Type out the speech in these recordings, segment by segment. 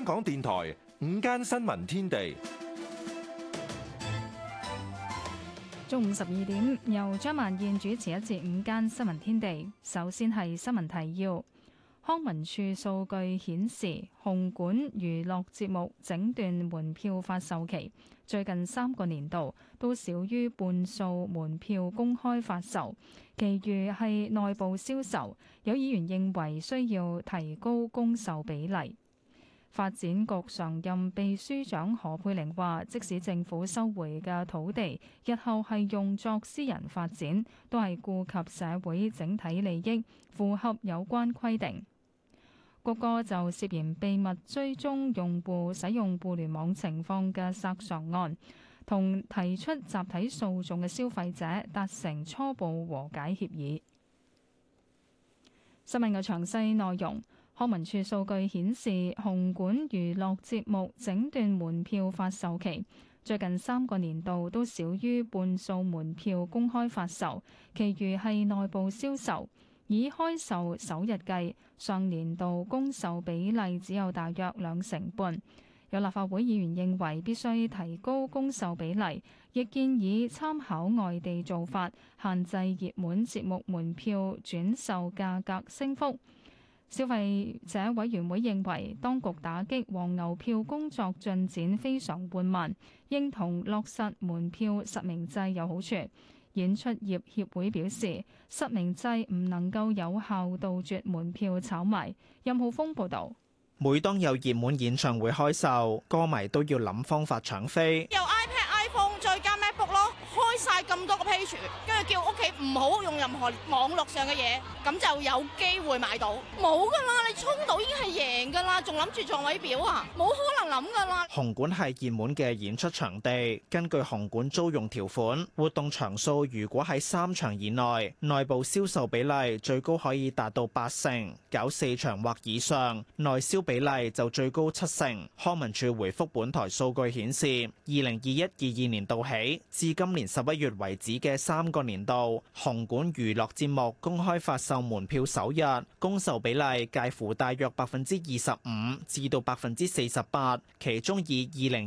港電台午間新聞天地， 中午12點，由張曼燕主持一節午間新聞天地。首先係新聞提要。康文署數據顯示，紅館娛樂節目整段門票發售期最近3個年度都少於半數門票公開發售，其餘係內部銷售。有議員認為需要提高公售比例。發展局常任秘書長何佩玲話，即使政府收回嘅土地日後係用作私人發展，都係顧及社會整體利益，符合有關規定。谷歌就涉嫌秘密追蹤用戶使用互聯網情況嘅索償案，同提出集體訴訟嘅消費者達成初步和解協議。新聞嘅詳細內容。康文署數據顯示，紅館娛樂節目整段門票發售期最近3個年度都少於半數門票公開發售，其餘係內部銷售。以開售首日計，上年度公售比例只有大約2成半。有立法會議員認為必須提高公售比例，亦建議參考外地做法，限制熱門節目門票轉售價格升幅。消費者委員會認為，當局打擊黃牛票工作進展非常緩慢，認同落實門票實名制有好處。演出業協會表示，實名制唔能夠有效杜絕門票炒賣。任浩峰報導。 每當有熱門演唱會開售，歌迷都要諗方法搶飛。 有 iPad、iPhone 再加 MacBook 咯，開晒咁多個 page，跟住叫屋企唔好用任何網絡上嘅嘢，咁就有機會買到。冇噶啦，你衝到已經係贏噶啦，仲諗住座位表啊？冇可能諗噶啦。 紅館係熱門嘅演出場地，根據紅館租用條款，活動場數如果喺3場以內，內部銷售比例最高可以達到8成，搞4場或以上，內銷比例就最高7成。康文署回覆本台數據顯示，2021-22年度起至今年11月為止嘅3個年度，紅館娛樂節目公開發售門票首日公售比例介乎大約25%至到48%，其中以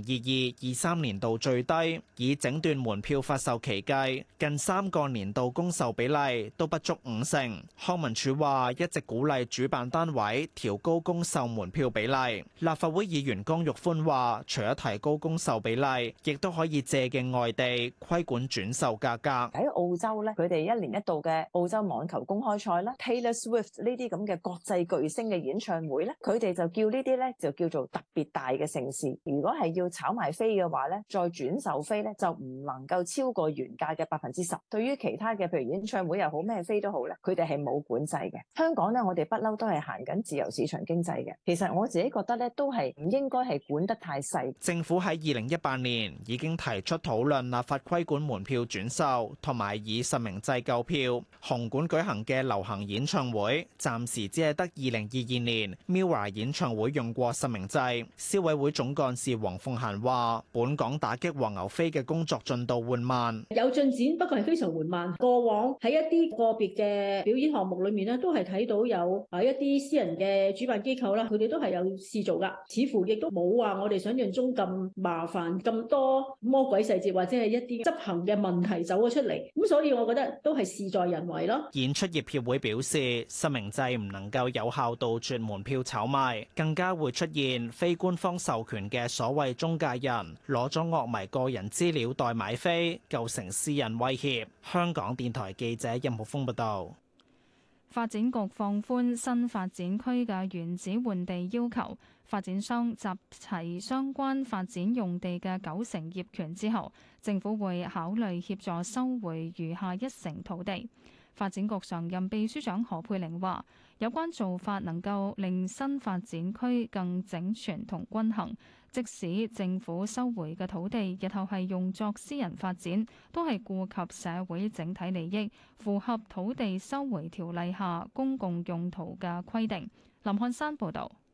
2022-23年度最低，以整段門票發售期計，近3個年度公售比例都不足5成。康文署話一直鼓勵主辦單位調高公售門票比例。立法會議員江玉歡話，除咗提高公售比例，亦都可以借鏡外地規管轉售價格。 喺澳洲咧，佢哋1年1度嘅澳洲網球公開賽啦 ，Taylor Swift 呢啲咁嘅國際巨星嘅演唱會咧，佢哋就叫呢啲咧就叫做特別大嘅盛事。如果係要炒賣飛嘅話咧，再轉售飛咧就唔能夠超過原價嘅10%。對於其他嘅譬如演唱會又好咩飛都好咧，佢哋係冇管制嘅。香港咧，我哋不嬲都係行緊自由市場經濟嘅。其實我自己覺得咧，都係唔應該係管得太細。 政府喺2018年已經提出討論立法規管門票轉售同埋以實名制購票。紅館舉行嘅流行演唱會暫時只係得2022年 MIRROR 演唱會用過實名制。消委會總幹事黃鳳嫻話，本港打擊黃牛飛嘅工作進度緩慢， 有進展，不過係非常緩慢。過往喺一啲個別嘅表演項目裏面咧，都係睇到有一啲私人嘅主辦機構啦，佢哋都係有試做噶，似乎亦都冇話我哋想象中咁麻煩，咁多魔鬼細節或者係一啲執行嘅問題走咗出嚟。咁所以我覺得都係事在人為咯。 演出業協會表示，實名制唔能夠有效杜絕門票炒賣，更加會出現非官方授權嘅所謂中介人攞咗樂迷個人資料代買飛，構成私隱威脅。香港電台記者任浩峰報道。 發展局放寬新發展區嘅原址換地要求，發展商集齊相關發展用地嘅90%業權之後，政府會考慮協助收回餘下1成土地。發展局常任秘書長何佩玲話，有關做法能夠令新發展區更整全同均衡，即使政府收回嘅土地日後係用作私人發展，都係顧及社會整體利益，符合土地收回條例下公共用途嘅規定。林漢山報導。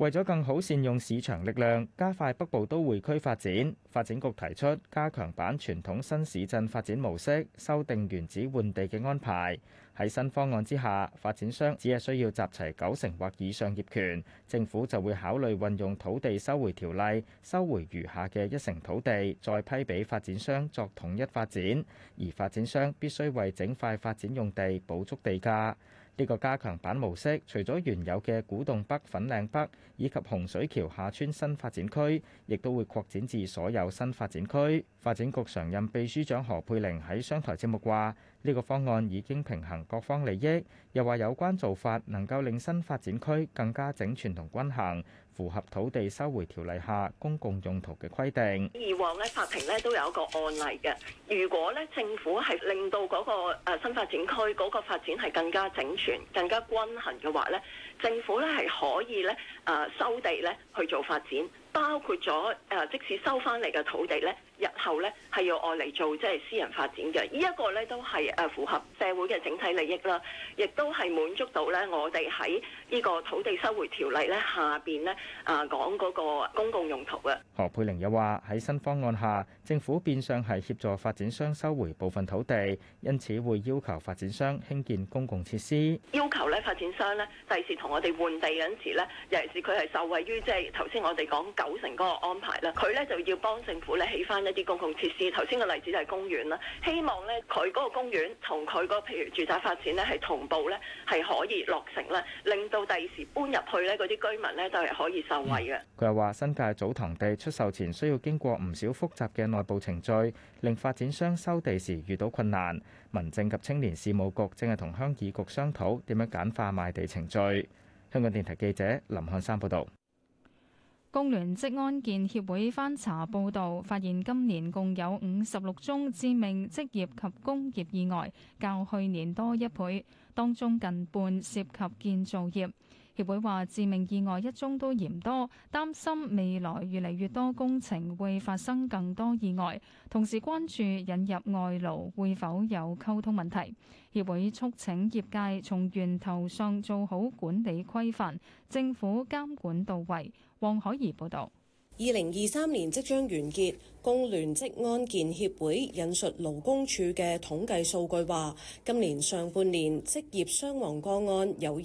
為咗更好善用市場力量，加快北部都會區發展，發展局提出加強版傳統新市鎮發展模式，修訂原址換地嘅安排。喺新方案之下，發展商只係需要集齊90%或以上業權，政府就會考慮運用土地收回條例，收回餘下嘅1成土地，再批俾發展商作統一發展。而發展商必須為整塊發展用地補足地價。呢個加強版模式，除咗原有嘅古洞北、粉嶺北以及洪水橋下村新發展區，亦都會擴展至所有新發展區。發展局常任秘書長何佩玲喺商台節目話：呢個方案已經平衡各方利益，又話有關做法能夠令新發展區更加整全同均衡，符合土地收回條例下公共用途嘅規定。 以往咧法庭咧都有一個案例嘅，如果咧政府係令到嗰個新發展區嗰個發展係更加整全、更加均衡嘅話咧，政府咧係可以咧收地咧去做發展，包括咗即使收翻嚟嘅土地咧，日後咧係要愛嚟做即係私人發展嘅，呢一個咧都係符合社會嘅整體利益啦，亦都係滿足到咧我哋喺呢個土地收回條例咧下邊咧講嗰個公共用途嘅。 何佩玲又話喺新方案下，政府變相係協助發展商收回部分土地，因此會要求發展商興建公共設施， 要求咧發展商咧第時同我哋換地嗰陣時咧，尤其是佢係受惠於即係頭先我哋講90%嗰個安排啦，佢咧就要幫政府咧起翻一啲公共設施。頭先個例子就係公園啦，希望咧佢嗰個公園同佢嗰譬如住宅發展咧係同步咧係可以落成咧，令到第時搬入去咧嗰啲居民咧都係可以受惠嘅。 佢又話新界祖堂地出售前需要經過唔少複雜嘅內部程序，令發展商收地時遇到困難。民政及青年事務局正係同鄉議局商討點樣簡化賣地程序。香港電台記者林漢山報導。 工聯職安健協會翻查報導，發現今年共有56宗致命職業及工業意外，較去年多1倍，當中近半涉及建造業。協會話致命意外1宗都嫌多，擔心未來越嚟越多工程會發生更多意外，同時關注引入外勞會否有溝通問題。協會促請業界從源頭上做好管理規範，政府監管到位。黃海怡報導。 2023年即將完結，工聯職安健協會引述勞工處嘅統計數據話，今年上半年職業傷亡個案有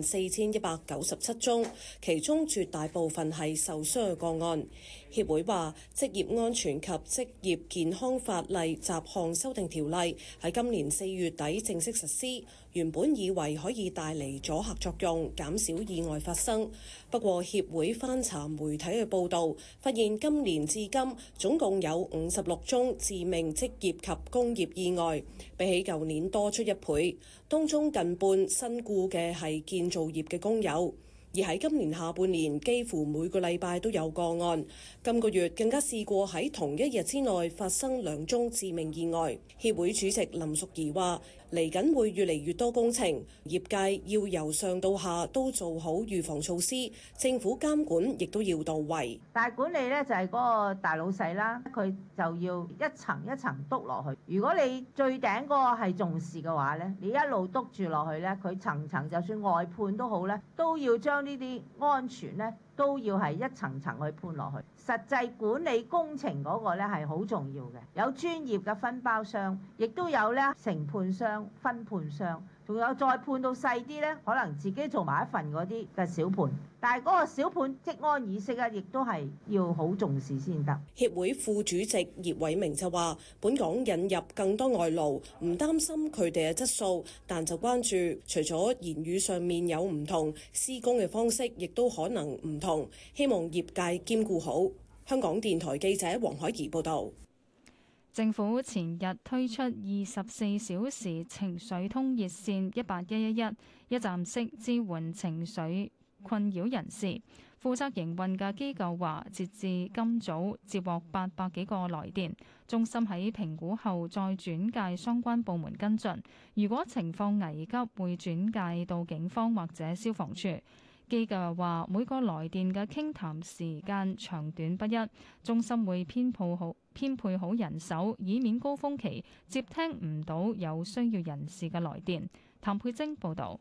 14,197宗，其中絕大部分係受傷個案。協會話，職業安全及職業健康法例雜項修訂條例喺今年4月底正式實施，原本以為可以帶嚟阻嚇作用，減少意外發生。不過協會翻查媒體嘅報導，發現今年至今總共有56宗致命職業及工業意外，比起舊年多出1倍，當中近半身故嘅係建造業嘅工友。而喺今年下半年，幾乎每個禮拜都有個案。今個月更加試過喺同一日之內發生2宗致命意外。協會主席林淑儀話：嚟緊會越嚟越多工程，業界要由上到下都做好預防措施，政府監管亦都要到位。 大管理咧就係嗰個大老細啦，佢就要一層一層督落去。如果你最頂嗰個係重視嘅話咧，你一路督住落去咧，佢層層就算外判都好咧，都要將呢啲安全咧都要係一層層去判落去。實際管理工程嗰個咧係好重要嘅，有專業嘅分包商，亦都有咧承判商、分判商，仲有再判到細啲咧，可能自己做埋一份嗰啲嘅小判。但係嗰個小判職安意識啊，亦都係要好重視先得。 協會副主席葉偉明就話：本港引入更多外勞，唔擔心佢哋嘅質素，但就關注除咗言語上面有唔同，施工嘅方式亦都可能唔同，希望業界兼顧好。香港電台記者黃海怡報導。 政府前日推出24小時情緒通熱線18111，一站式支援情緒困擾人士。負責營運嘅機構話，截至今早接獲800幾個來電，中心喺評估後再轉介相關部門跟進。如果情況危急，會轉介到警方或者消防處。機構又話，每個來電嘅傾談時間長短不一，中心會編配好人手，以免高峰期接聽唔到有需要人士嘅來電。譚佩晶報導。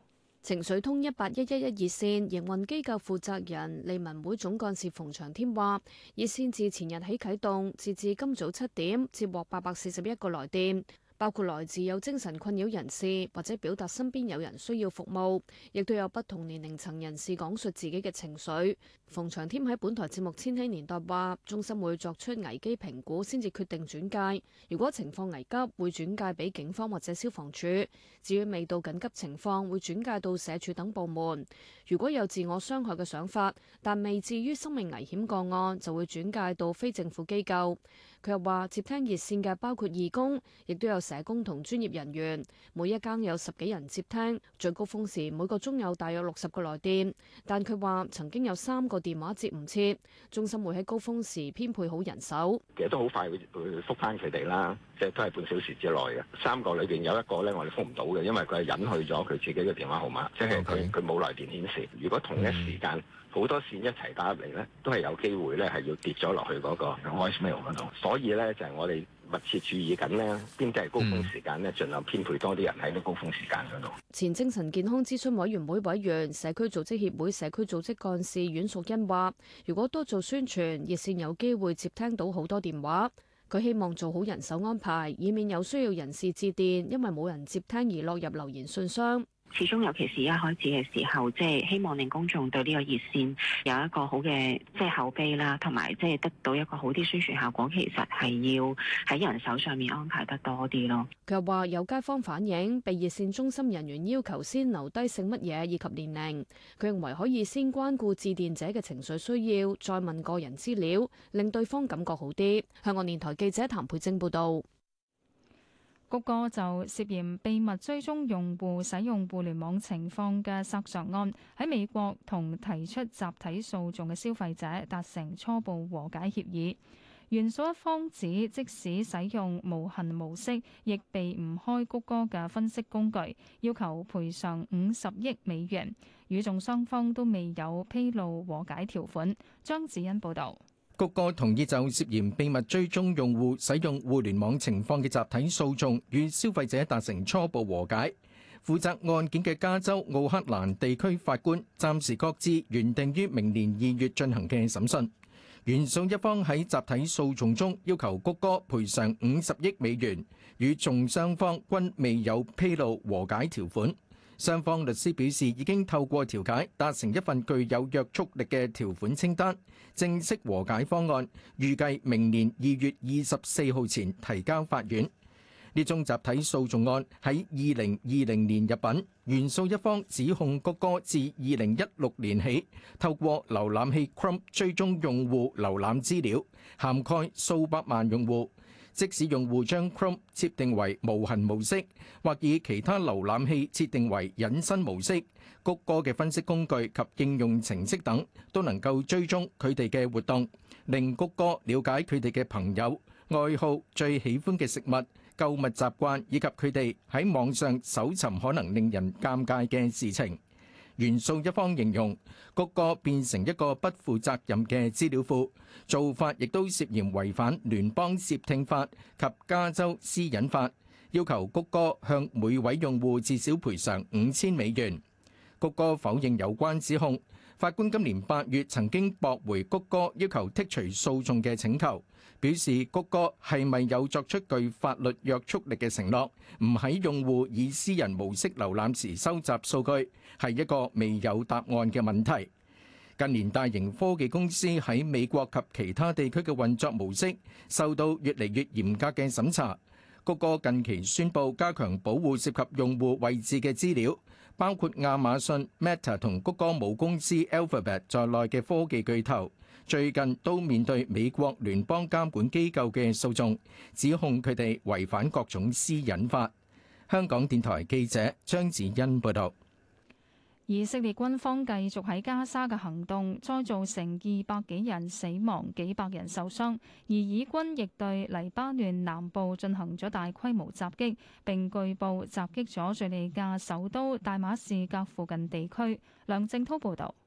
情緒通18111熱線營運機構負責人利民會總幹事馮長添話，熱線自前日起啟動，截至今早7點，接獲841個來電，包括來自有精神困擾人士或者表達身邊有人需要服務，亦都有不同年齡層人士講述自己嘅情緒。馮長添喺本台節目《千禧年代》話，中心會作出危機評估先至決定轉介，如果情況危急，會轉介俾警方或者消防處；至於未到緊急情況，會轉介到社署等部門。如果有自我傷害嘅想法，但未至於生命危險個案，就會轉介到非政府機構。佢又話，接聽熱線嘅包括義工，亦都有社工同專業人員，每一更有10幾人接聽，最高峰時每個鐘有大約60個來電。但佢話曾經有3個電話接唔切，中心會喺高峰時編配好人手。 其實都好快會覆返佢哋啦，即係都係半小時之內嘅。3個裏邊有1個咧，我哋覆唔到嘅，因為佢係隱去咗佢自己嘅電話號碼，即係佢冇來電顯示。如果同一時間好多線一齊打入嚟咧，都係有機會咧係要跌咗落去嗰個 voicemail 嗰度。所以咧就係我哋密切注意緊呢邊啲係高峰時間呢，盡量編配多啲人喺啲高峰時間嗰度。 前精神健康諮詢委員會委員、社區組織協會社區組織幹事阮淑欣話，如果多做宣傳，熱線有機會接聽到好多電話。佢希望做好人手安排，以免有需要人士致電，因為冇人接聽而落入留言信箱。 始終尤其是一開始嘅時候，即係希望令公眾對呢個熱線有一個好嘅口碑啦，同埋即係得到一個好啲宣傳效果。其實係要喺人手上面安排得多啲咯。 佢又話有街坊反映，被熱線中心人員要求先留低姓乜嘢以及年齡。佢認為可以先關顧致電者嘅情緒需要，再問個人資料，令對方感覺好啲。香港電台記者譚佩晶報導。 谷歌就涉嫌秘密追蹤用戶使用互聯網情況嘅索償案，喺美國同提出集體訴訟嘅消費者達成初步和解協議。原訴一方指，即使使用無痕模式，亦避唔開谷歌嘅分析工具，要求賠償50億美元。與訟雙方都未有披露和解條款。張子欣報導。 谷歌同意就涉嫌秘密追蹤用戶使用互聯網情況嘅集體訴訟，與消費者達成初步和解。負責案件嘅加州奧克蘭地區法官暫時擱置原定於明年2月進行嘅審訊。原訴一方喺集體訴訟中要求谷歌賠償50億美元，與訟雙方均未有披露和解條款。雙方律師表示已經透過調解達成一份具有約束力嘅條款清單，正式和解方案預計明年2月24號前提交法院。呢宗集體訴訟案喺2020年入稟，原訴一方指控谷歌自2016年起透過瀏覽器 Chrome 追蹤用戶瀏覽資料，涵蓋數百萬用戶。即使用戶將 Chrome 設定為無痕模式，或以其他瀏覽器設定為隱身模式，谷歌嘅分析工具及應用程式等都能夠追蹤佢哋嘅活動，令谷歌了解佢哋嘅朋友、愛好、最喜歡嘅食物、購物習慣以及佢哋喺網上搜尋可能令人尷尬嘅事情。原訴一方形容谷歌變成一個不負責任嘅資料庫，做法亦都涉嫌違反聯邦竊聽法及加州私隱法，要求谷歌向每位用戶至少賠償5000美元。谷歌否認有關指控。法官今年8月曾經駁回谷歌要求剔除訴訟嘅請求，表示谷歌係咪有作出具法律約束力嘅承諾，唔喺用戶以私人模式瀏覽時收集數據，係一個未有答案嘅問題。近年大型科技公司喺美國及其他地區嘅運作模式受到越嚟越嚴格嘅審查。谷歌近期宣布加強保護涉及用戶位置嘅資料，包括亞馬遜、Meta 同谷歌母公司 Alphabet 在內嘅科技巨頭，最近都面對美國聯邦監管機構嘅訴訟，指控佢哋違反各種私隱法。香港電台記者張子欣報道。 以色列軍方繼續喺加沙嘅行動，再造成200幾人死亡、幾百人受傷，而以軍亦對黎巴嫩南部進行咗大規模襲擊，並據報襲擊咗敘利亞首都大馬士革附近地區。梁正滔報導。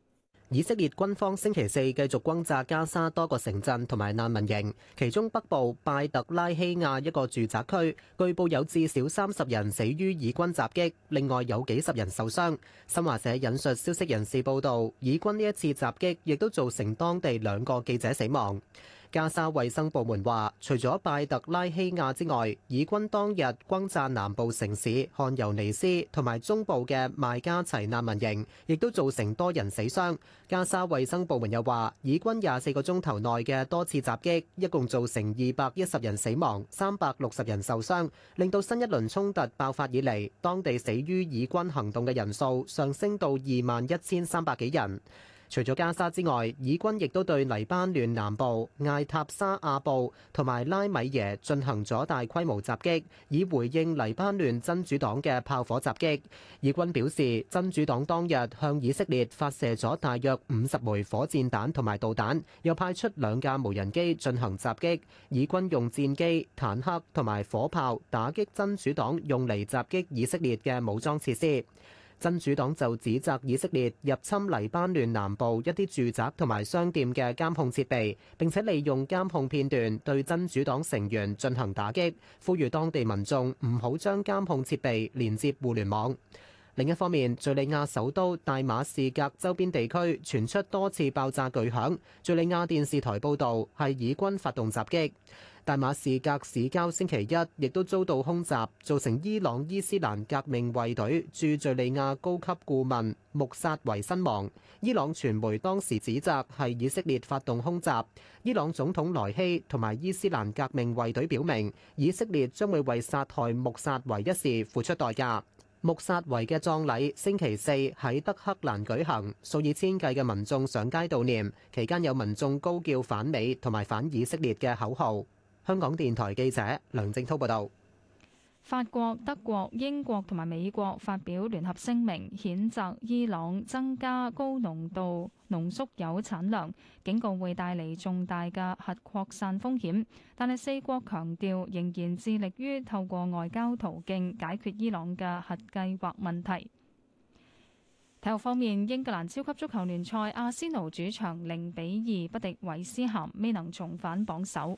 以色列軍方星期四繼續轟炸加沙多個城鎮同埋難民營，其中北部拜特拉希亞一個住宅區，據報有至少30人死於以軍襲擊，另外有幾十人受傷。新華社引述消息人士報道，以軍呢一次襲擊亦都造成當地2個記者死亡。加沙衛生部門話，除咗拜特拉希亞之外，以軍當日轟炸南部城市漢尤尼斯同埋中部嘅麥加齊難民營，亦都造成多人死傷。加沙衛生部門又話，以軍24個鐘頭內嘅多次襲擊，一共造成210人死亡、360人受傷，令到新一輪衝突爆發以嚟，當地死於以軍行動嘅人數上升到21,300幾人。除咗加沙之外，以軍亦都對黎巴嫩南部艾塔沙亞部同埋拉米耶進行咗大規模襲擊，以回應黎巴嫩真主黨嘅炮火襲擊。以軍表示，真主黨當日向以色列發射咗大約50枚火箭彈同埋導彈，又派出2架無人機進行襲擊。以軍用戰機、坦克同埋火炮打擊真主黨用嚟襲擊以色列嘅武裝設施。真主黨就指責以色列入侵黎巴嫩南部一啲住宅同埋商店嘅監控設備，並且利用監控片段對真主黨成員進行打擊，呼籲當地民眾唔好將監控設備連接互聯網。另一方面，敘利亞首都大馬士革周邊地區傳出多次爆炸巨響，敘利亞電視台報導係以軍發動襲擊。大馬士革市郊星期一亦都遭到空襲，造成伊朗伊斯蘭革命衛隊駐敘利亞高級顧問穆薩維身亡。伊朗傳媒當時指責係以色列發動空襲。伊朗總統萊希同埋伊斯蘭革命衛隊表明，以色列將會為殺害穆薩維一事付出代價。穆薩維嘅葬禮星期四喺德黑蘭舉行，數以千計嘅民眾上街悼念，期間有民眾高叫反美同埋反以色列嘅口號。香港電台記者梁正滔報導。 法國、德國、英國同埋美國發表聯合聲明，譴責伊朗增加高濃度濃縮鈾產量，警告會帶嚟重大嘅核擴散風險。但係4國強調仍然致力於透過外交途徑解決伊朗嘅核計劃問題。體育方面，英格蘭超級足球聯賽，阿仙奴主場0-2不敵韋斯咸，未能重返榜首。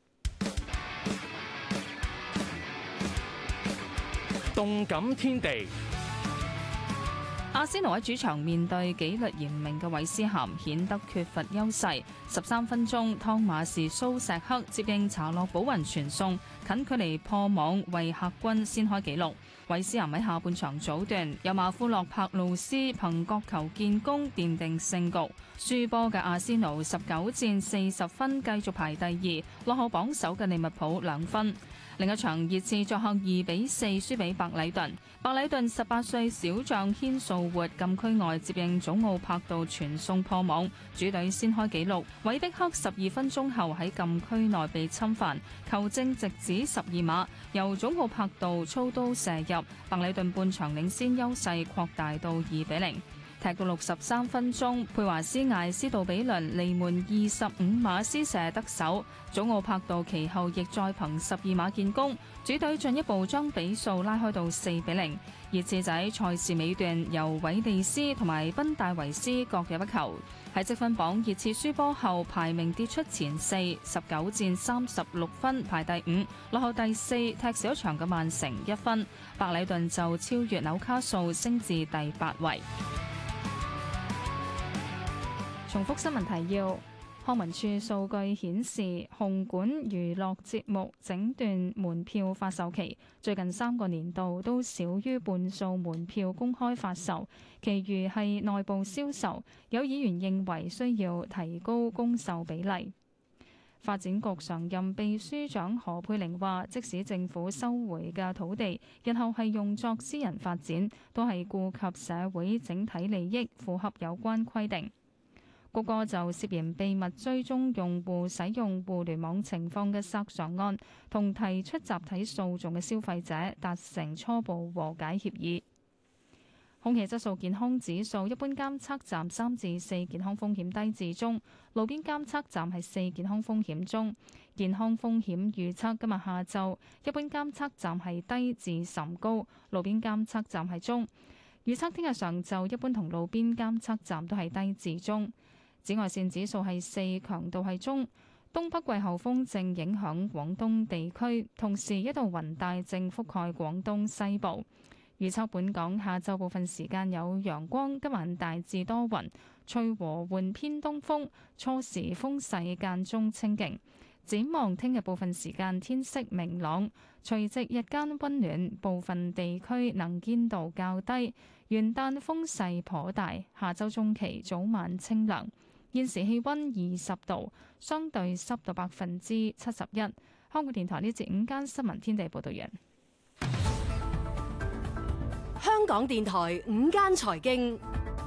動感天地， 阿仙奴喺主場面對紀律嚴明嘅韋斯咸，顯得缺乏優勢。13分鐘，湯馬士蘇石克接應查洛保雲傳送，近距離破網，為客軍先開紀錄。韋斯咸喺下半場早段，有馬夫洛柏路斯憑角球建功，奠定勝局。輸波嘅阿仙奴19戰40分，繼續排第2，落後榜首嘅利物浦2分。另一場熱刺作客2-4輸俾白禮頓。白禮頓18歲小將軒素活禁區外接應祖奧柏度傳送破網，主隊先開紀錄。韋碧克12分鐘後喺禁區內被侵犯，球證直指12碼，由祖奧柏度操刀射入，白禮頓半場領先優勢擴大到2-0。踢到63分鐘，佩華斯艾斯杜比倫離門25碼施射得手，祖奧柏度其後亦再憑12碼建功，主隊進一步將比數拉開到4-0。熱刺仔賽事尾段由韋利斯同埋賓戴維斯各入一球。喺積分榜，熱刺輸波後排名跌出前4，19戰36分排第5，落後第4踢少一場嘅曼城1分。白禮頓就超越紐卡素升至第8位。重複新聞提要，康文署數據顯示，紅館娛樂節目整段門票發售期最近3個年度都少於半數門票公開發售，其餘係內部銷售。有議員認為需要提高公售比例。發展局常任秘書長何佩玲話，即使政府收回嘅土地日後係用作私人發展，都係顧及社會整體利益，符合有關規定。谷歌就涉嫌秘密追蹤用戶使用互聯網情況嘅索償案，同提出集體訴訟嘅消費者達成初步和解協議。空氣質素健康指數，一般監測站3至4，健康風險低至中；路邊監測站係4，健康風險中。健康風險預測今日下晝，一般監測站係低至甚高，路邊監測站係中。 預測聽日上晝一般同路邊監測站都係低至中。紫外線指數係4，強度係中。東北季候風正影響廣東地區，同時一道雲帶正覆蓋廣東西部。預測本港下晝部分時間有陽光，今晚大致多雲，吹和緩偏東風，初時風勢間中清勁。展望聽日部分時間天色明朗，除夕日間溫暖，部分地區能見度較低。元旦風勢頗大，下週中期早晚清涼。現時氣溫20度，相對濕度71%。香港電台呢節午間新聞天地報道完。 香港電台午間財經，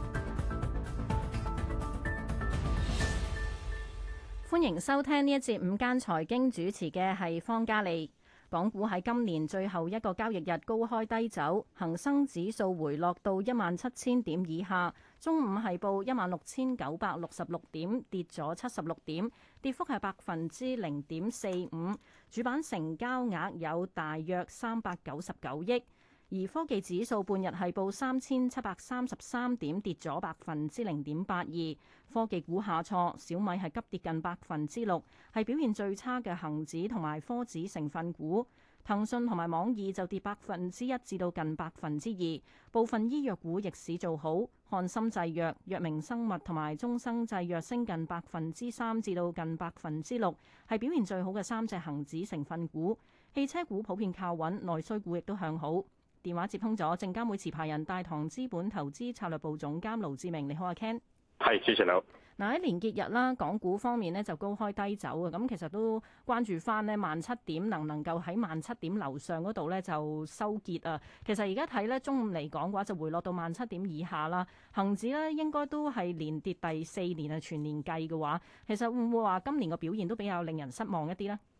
歡迎收聽呢一節午間財經，主持嘅係方嘉利。港股喺今年最後一個交易日高開低走，恒生指數回落到17000點以下，中午係報16966點，跌咗76點，跌幅係0.45%。主板成交額有大約399億。而科技指數半日係報3733點，跌咗0.82%。科技股下挫，小米係急跌近6%，係表現最差嘅恒指同埋科指成分股。騰訊同埋網易就跌1%至到近2%。部分醫藥股逆市做好，漢森製藥、藥明生物同埋中生製藥升近3%至到近6%，係表現最好嘅3隻恒指成分股。汽車股普遍靠穩，內需股亦都向好。電話接通咗證監會持牌人大唐資本投資策略部總監盧志明，你好阿 Ken。 係，主持人。 嗱，喺連結日啦，港股方面呢就高開低走嘅，咁其實都關注翻呢17000點能唔能夠喺17000點樓上嗰度呢就收結啊。其實而家睇呢，中午嚟講嘅話就回落到17000點以下啦。恒指呢應該都係連跌第4年啊，全年計嘅話，其實會唔會話今年嘅表現都比較令人失望一啲呢？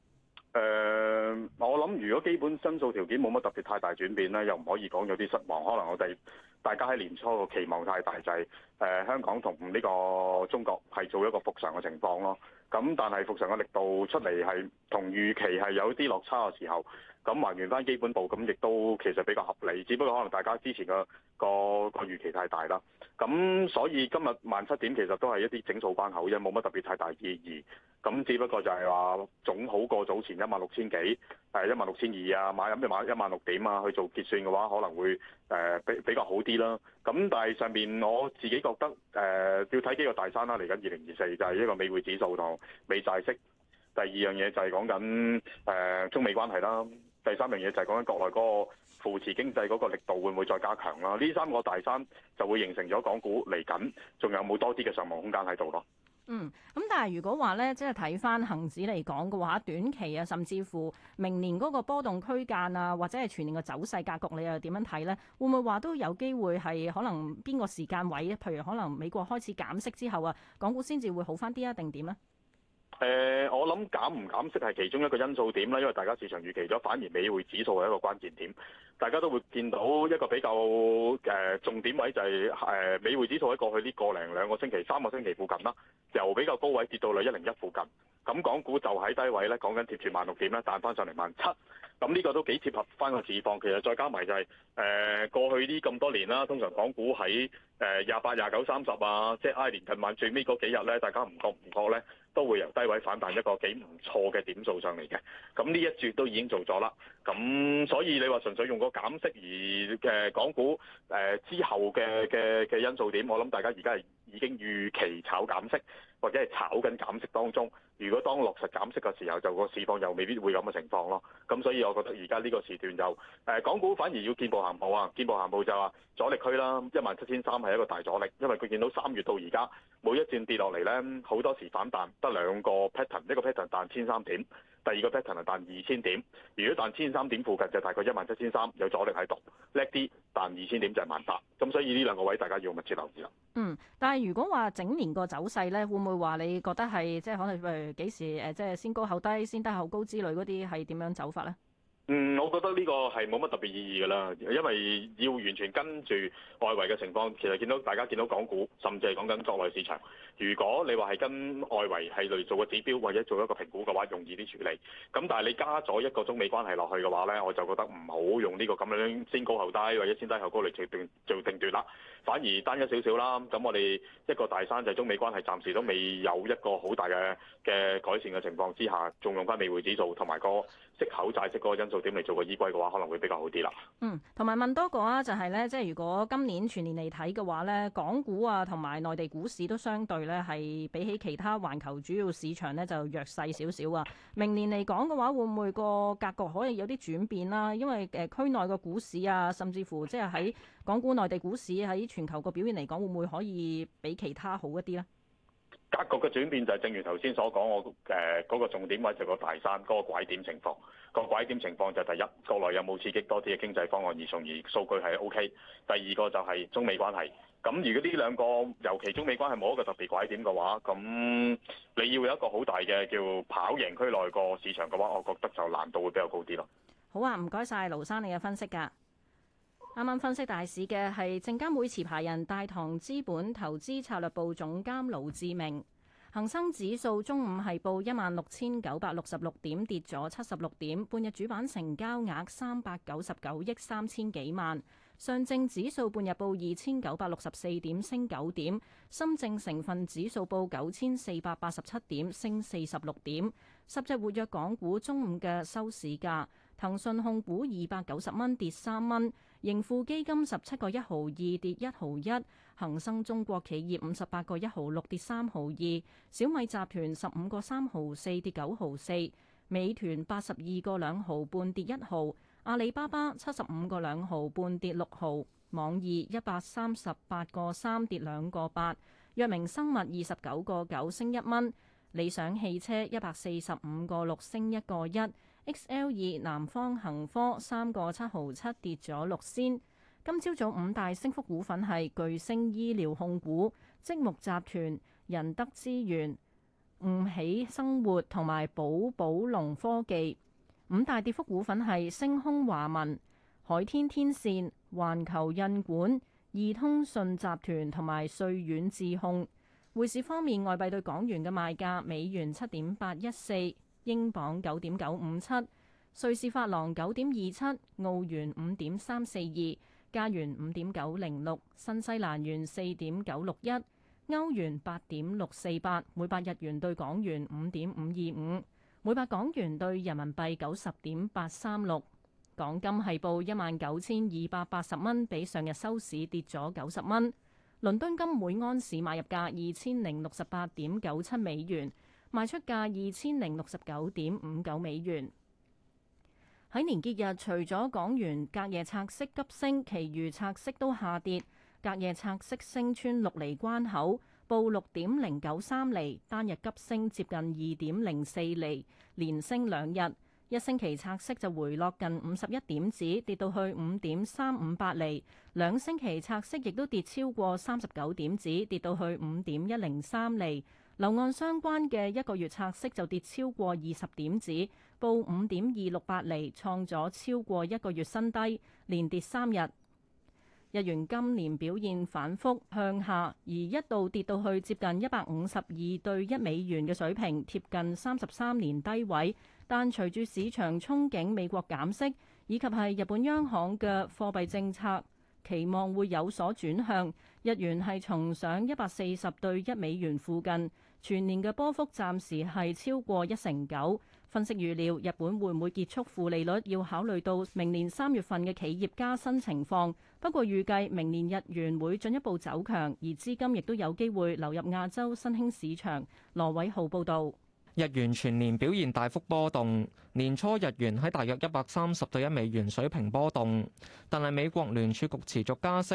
我諗如果基本因素條件冇乜特別太大轉變咧，又唔可以講有啲失望。可能我哋大家喺年初個期望太大，就係香港同呢個中國係做一個復常嘅情況咯。咁但係復常嘅力度出嚟係同預期係有啲落差嘅時候，咁還原翻基本步，咁亦都其實比較合理。只不過可能大家之前個預期太大啦。咁所以今日17000點其實都係一啲整數關口啫，冇乜特別太大意義。咁只不過就係話總好過早前16000幾16200啊，買16000點啊去做結算嘅話，可能會比較好啲啦。咁但係上邊我自己覺得要睇幾個大山啦。嚟緊2024就係一個美匯指數同美債息。第二樣嘢就係講緊中美關係啦。第三樣嘢就係講緊國內嗰個扶持經濟嗰個力度會唔會再加強啦？呢3個大山就會形成咗港股嚟緊，仲有冇多啲嘅上望空間喺度咯？ 咁但係如果話咧，即係睇翻恒指嚟講嘅話，短期啊，甚至乎明年嗰個波動區間啊，或者係全年嘅走勢格局，你又點樣睇咧？會唔會話都有機會係可能邊個時間位？譬如可能美國開始減息之後啊，港股先至會好翻啲啊，定點咧？ 我諗減唔減息係其中一個因素點啦，因為大家市場預期咗，反而美匯指數係一個關鍵點。大家都會見到一個比較重點位就係美匯指數喺過去呢2個星期、3個星期附近啦，由比較高位跌到嚟101附近。咁港股就喺低位咧，講緊貼住16000點咧，彈翻上嚟17000。咁呢個都幾貼合翻個市況。其實再加埋就係過去呢咁多年啦，通常港股喺28、29、30啊，即係挨年近晚最尾嗰幾日咧，大家唔覺咧，都會由低位反彈一個幾唔錯嘅點數上嚟嘅。咁呢一注都已經做咗啦。咁所以你話純粹用個減息而港股之後嘅因素點，我諗大家而家係已經預期炒減息，或者係炒緊減息當中。如果當落實減息嘅時候，就個市況又未必會咁嘅情況咯。咁所以我覺得而家呢個時段就港股反而要見步行步啊！見步行步就話阻力區啦，17300係一個大阻力，因為佢見到3月到而家每一轉跌落嚟咧，好多時反彈得2個 pattern， 一個 pattern 彈1300點，第二個 pattern 係彈2000點。如果彈1300點附近就大概17300，有阻力喺度，叻啲彈2000點就係18000。咁所以呢2個位大家要密切留意啦。 但係如果話整年個走勢咧，會唔會話你覺得係即係可能幾時即係先高後低、先低後高之類嗰啲係點樣走法咧？ 我覺得呢個係冇乜特別意義㗎啦，因為要完全跟住外圍嘅情況，其實大家見到港股，甚至係講緊國內市場。如果你話係跟外圍係嚟做個指標或者做一個評估嘅話，容易啲處理。咁但係你加咗一個中美關係落去嘅話呢，我就覺得唔好用呢個咁樣先高後低或者先低後高嚟做定奪啦，反而單一少少啦。咁我哋一個大山就係中美關係暫時都未有一個好大嘅改善嘅情況之下，仲用翻美匯指數同埋個息口債息嗰個因素點嚟做個依歸嘅話，可能會比較好啲啦。 同埋問多個啊，就係咧，即係如果今年全年嚟睇嘅話咧，港股啊同埋內地股市都相對咧係比起其他環球主要市場咧就弱勢少少啊。明年嚟講嘅話，會唔會個格局可以有啲轉變啦？因為區內個股市啊，甚至乎即係喺港股內地股市喺全球個表現嚟講，會唔會可以比其他好一啲咧？ 格局嘅轉變就係正如頭先所講，我嗰個重點位就係個大山嗰個拐點情況。個拐點情況就係第一，國內有冇刺激多啲嘅經濟方案，而從而數據係 OK。第二個就係中美關係。咁如果呢兩個，尤其中美關係冇一個特別拐點嘅話，咁你要有一個好大嘅叫跑贏區內個市場嘅話，我覺得就難度會比較高啲咯。 好啊，唔該晒盧生你嘅分析㗎。啱啱分析大市嘅係證監會持牌人大唐資本投資策略部總監盧志明。恒生指數中午係報16,966點，跌咗76點。半日主板成交額399億3000幾萬。上證指數半日報2,964點，升9點。深證成分指數報9,487點，升46點。10隻活躍港股中午嘅收市價：騰訊控股290蚊，跌3蚊。盈富基金17個1毫2，跌1毫1，恒生中國企業58個1毫6，跌3毫2，小米集團15個3毫4，跌9毫4，美團82個2毫半，跌1毫，阿里巴巴75個2毫半，跌6毫，網易138個3，跌2個8，藥明生物29個9，升1蚊，理想汽車145個6，升1個1。XL2 南方恒科3個7毫7，跌咗6仙。今朝早五大升幅股份係巨星醫療控股、積木集團、仁德資源、吳喜生活同埋寶寶龍科技。五大跌幅股份係星空華文、海天天線、環球印管、易通訊集團同埋瑞遠智控。匯市方面，外幣對港元嘅賣價：美元7.814。英鎊9.957，瑞士法郎9.27，澳元5.342，加元5.906，新西蘭元4.961，歐元8.648，每百日元對港元5.525，每百港元對人民幣90.836。港金係報19,280蚊，比上日收市跌咗90蚊。倫敦金每安士買入價2,068.97美元。賣出價2,069.59美元。喺年結日，除咗港元隔夜拆息急升，其餘拆息都下跌。隔夜拆息升穿6厘關口，報6.093厘，單日急升接近2.04厘，連升2日。一星期拆息就回落近51點子，跌到去5.358厘。兩星期拆息亦都跌超過39點子，跌到去5.103厘。樓按相關嘅一個月拆息就跌超過20點子，報5.268厘，創咗超過一個月新低，連跌3日。日元今年表現反覆向下，而一度跌到去接近152對1美元嘅水平，貼近33年低位。但隨住市場憧憬美國減息，以及係日本央行嘅貨幣政策，期望會有所轉向，日元係重上140對1美元附近。全年嘅波幅暫時係超過1成9。分析預料日本會唔會結束負利率，要考慮到明年3月份嘅企業加薪情況。不過預計明年日元會進一步走強，而資金亦都有機會流入亞洲新興市場。羅偉浩報導。 日元全年表現大幅波動，年初日元喺大約130對1美元水平波動，但係美國聯儲局持續加息，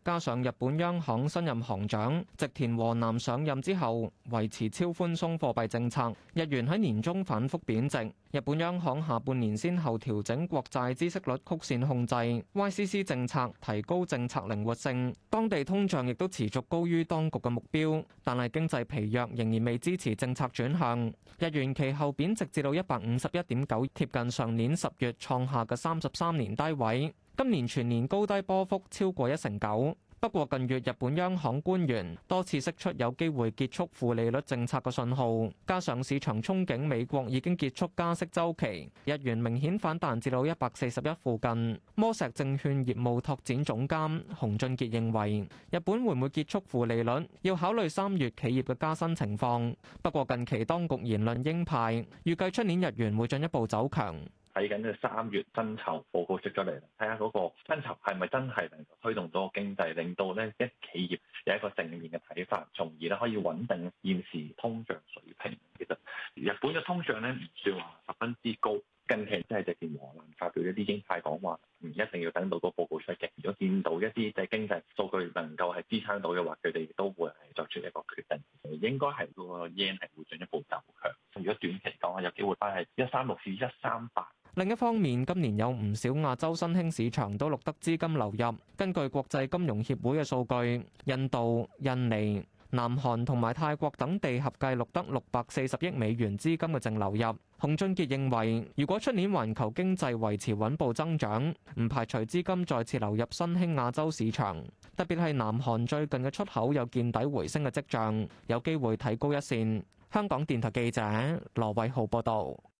加上日本央行新任行長植田和男上任之後維持超寬鬆貨幣政策，日元喺年中反覆貶值。日本央行下半年先後調整國債孳息率曲線控制 YCC 政策，提高政策靈活性。當地通脹亦都持續高於當局嘅目標，但係經濟疲弱仍然未支持政策轉向。日元其後貶值至到151.9，貼近上年10月創下嘅33年低位。今年全年高低波幅超過1成9。不過近月日本央行官員多次釋出有機會結束負利率政策嘅信號，加上市場憧憬美國已經結束加息週期，日元明顯反彈至到141附近。摩石證券業務拓展總監洪俊傑認為，日本會唔會結束負利率，要考慮3月企業嘅加薪情況。不過近期當局言論鷹派，預計出年日元會進一步走強。 睇緊嘅3月薪酬報告出咗嚟啦，睇下嗰個薪酬係咪真係能夠推動到個經濟，令到咧一企業有一個正面嘅睇法，從而咧可以穩定現時通脹水平。其實日本嘅通脹咧唔算話十分之高，近期即係植田和男發表一啲鷹派講話，唔一定要等到個報告出嘅。如果見到一啲即係經濟數據能夠係支撐到嘅話，佢哋都會係作出一個決定。應該係嗰個 yen 係會進一步走強。如果短期講，有機會翻係136至138。 另一方面，今年有唔少亞洲新興市場都錄得資金流入。根據國際金融協會嘅數據，印度、印尼、南韓同埋泰國等地合計錄得640億美元資金嘅淨流入。洪俊傑認為，如果出年環球經濟維持穩步增長，唔排除資金再次流入新興亞洲市場，特別係南韓最近嘅出口有見底回升嘅跡象，有機會睇高一線。香港電台記者羅偉浩報道。